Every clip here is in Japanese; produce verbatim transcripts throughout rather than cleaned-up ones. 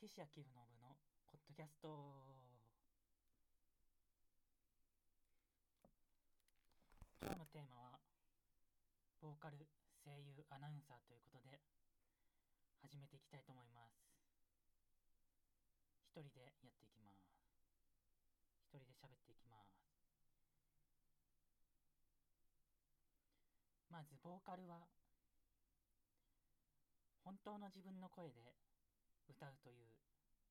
岸谷信のポッドキャスト。今日のテーマはボーカル、声優、アナウンサーということで始めていきたいと思います。一人でやっていきます。一人で喋っていきます。まずボーカルは本当の自分の声で歌うという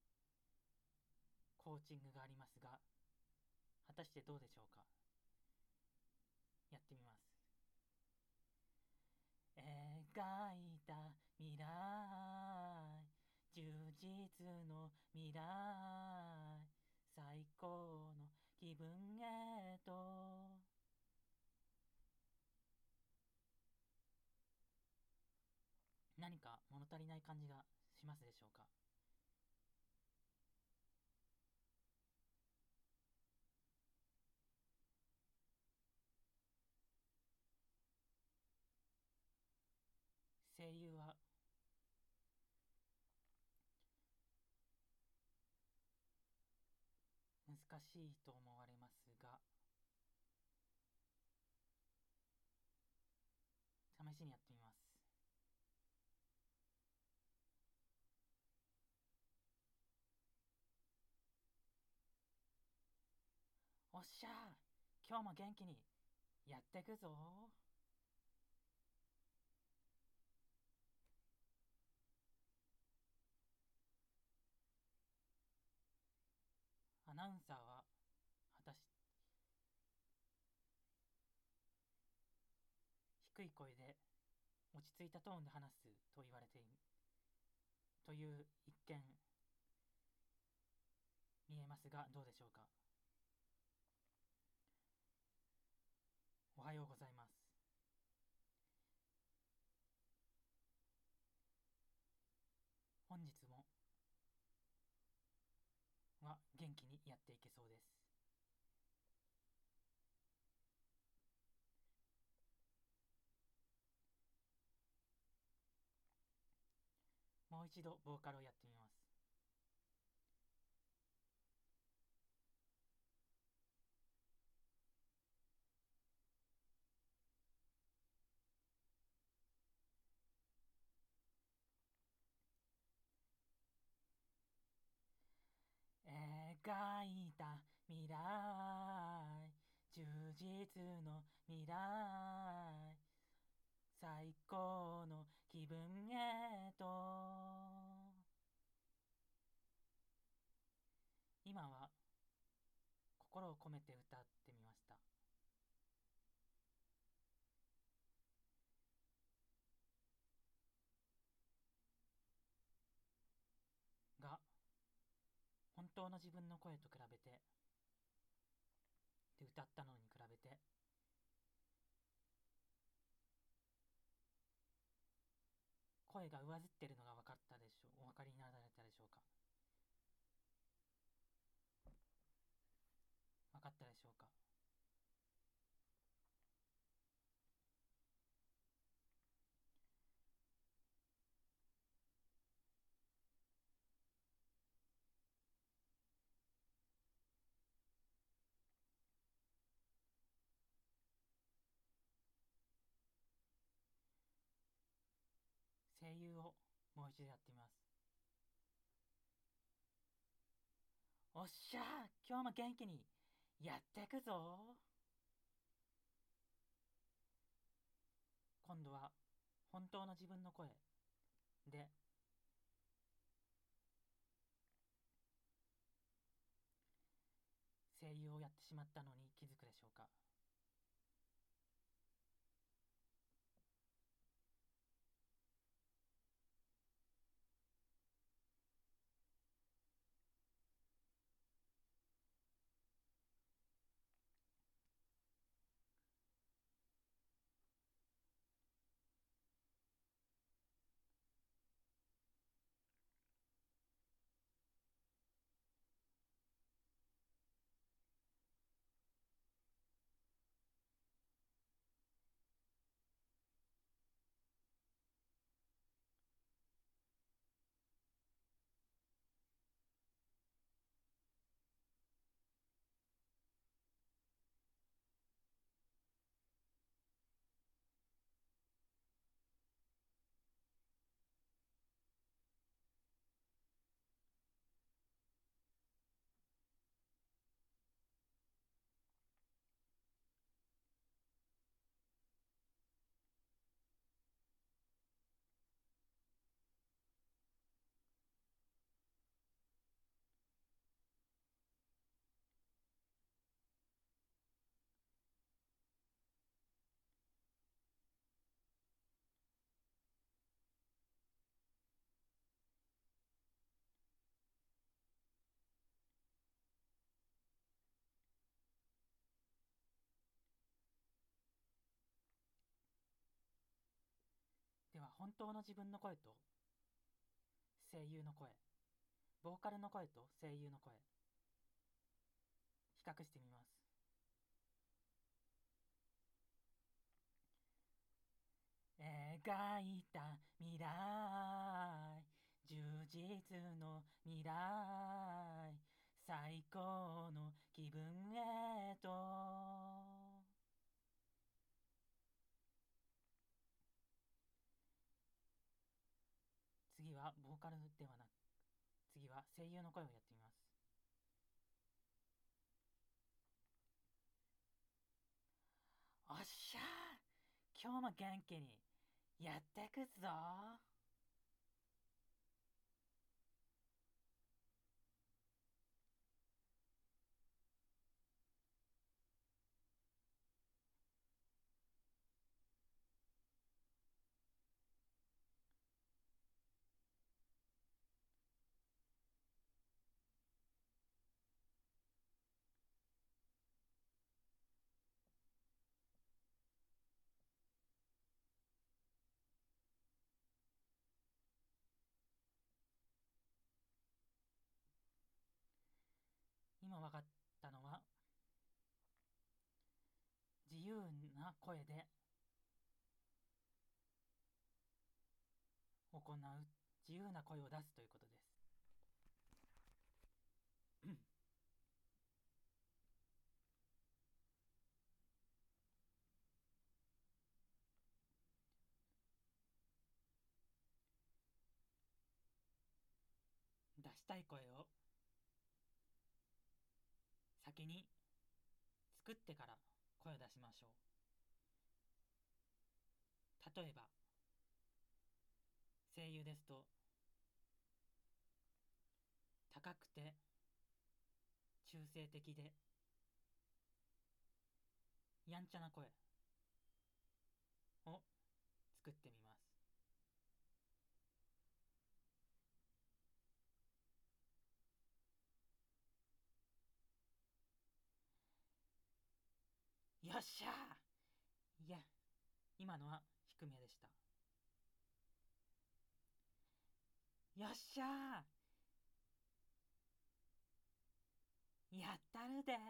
コーチングがありますが、果たしてどうでしょうか。やってみます。描いた未来、充実の未来、最高の気分へと。何か物足りない感じがしますでしょうか。声優は難しいと思われますが、試しにやってみます。おっしゃー、今日も元気にやってくぞ。アナウンサーは果たし低い声で落ち着いたトーンで話すと言われているという一見見えますが、どうでしょうか。おはようございます。本日もは元気にやっていけそうです。もう一度ボーカルをやってみます。描いた未来、充実の未来、最高の気分へと。今は心を込めて歌ってみました。が、本当の自分の声と比べて、で歌ったのに比べて、声が上ずってるのが分かったでしょう。お分かりになられたでしょうか。分かったでしょうか。声優をもう一度やってみます。おっしゃー、今日も元気にやってくぞ。今度は本当の自分の声で声優をやってしまったのに気づくでしょうか。 本当の自分の声と声優の声、ボーカルの声と声優の声、比較してみます。描いた未来、充実の未来、最高の気分へと。次はボーカルではなく、次は声優の声をやってみます。おっしゃー、今日も元気にやってくぞ。今分かったのは、自由な声で行う、自由な声を出すということです。出したい声を先に作ってから声を出しましょう。例えば声優ですと、高くて中性的でやんちゃな声を作ってみます。よっしゃー。いや、今のは低めでした。よっしゃー、やったるでー。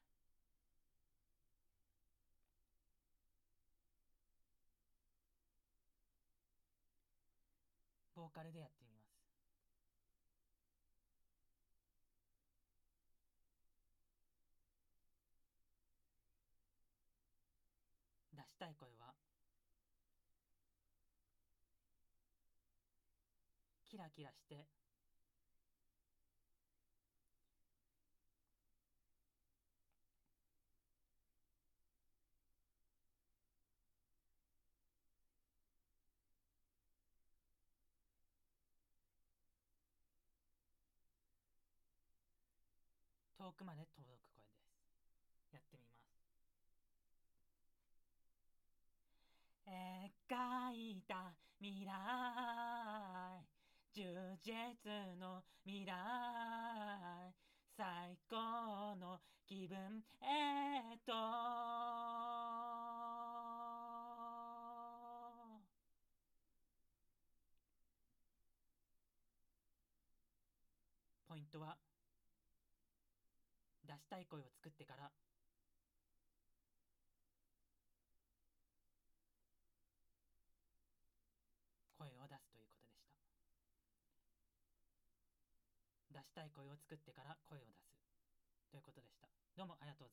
ボーカルでやってみます。出したい声はキラキラして遠くまで届く声です。やってみます。描いた未来、充実の未来、最高の気分へと。ポイントは、出したい声を作ってから声を出すということでした。出したい声を作ってから声を出すということでした。どうもありがとうございました。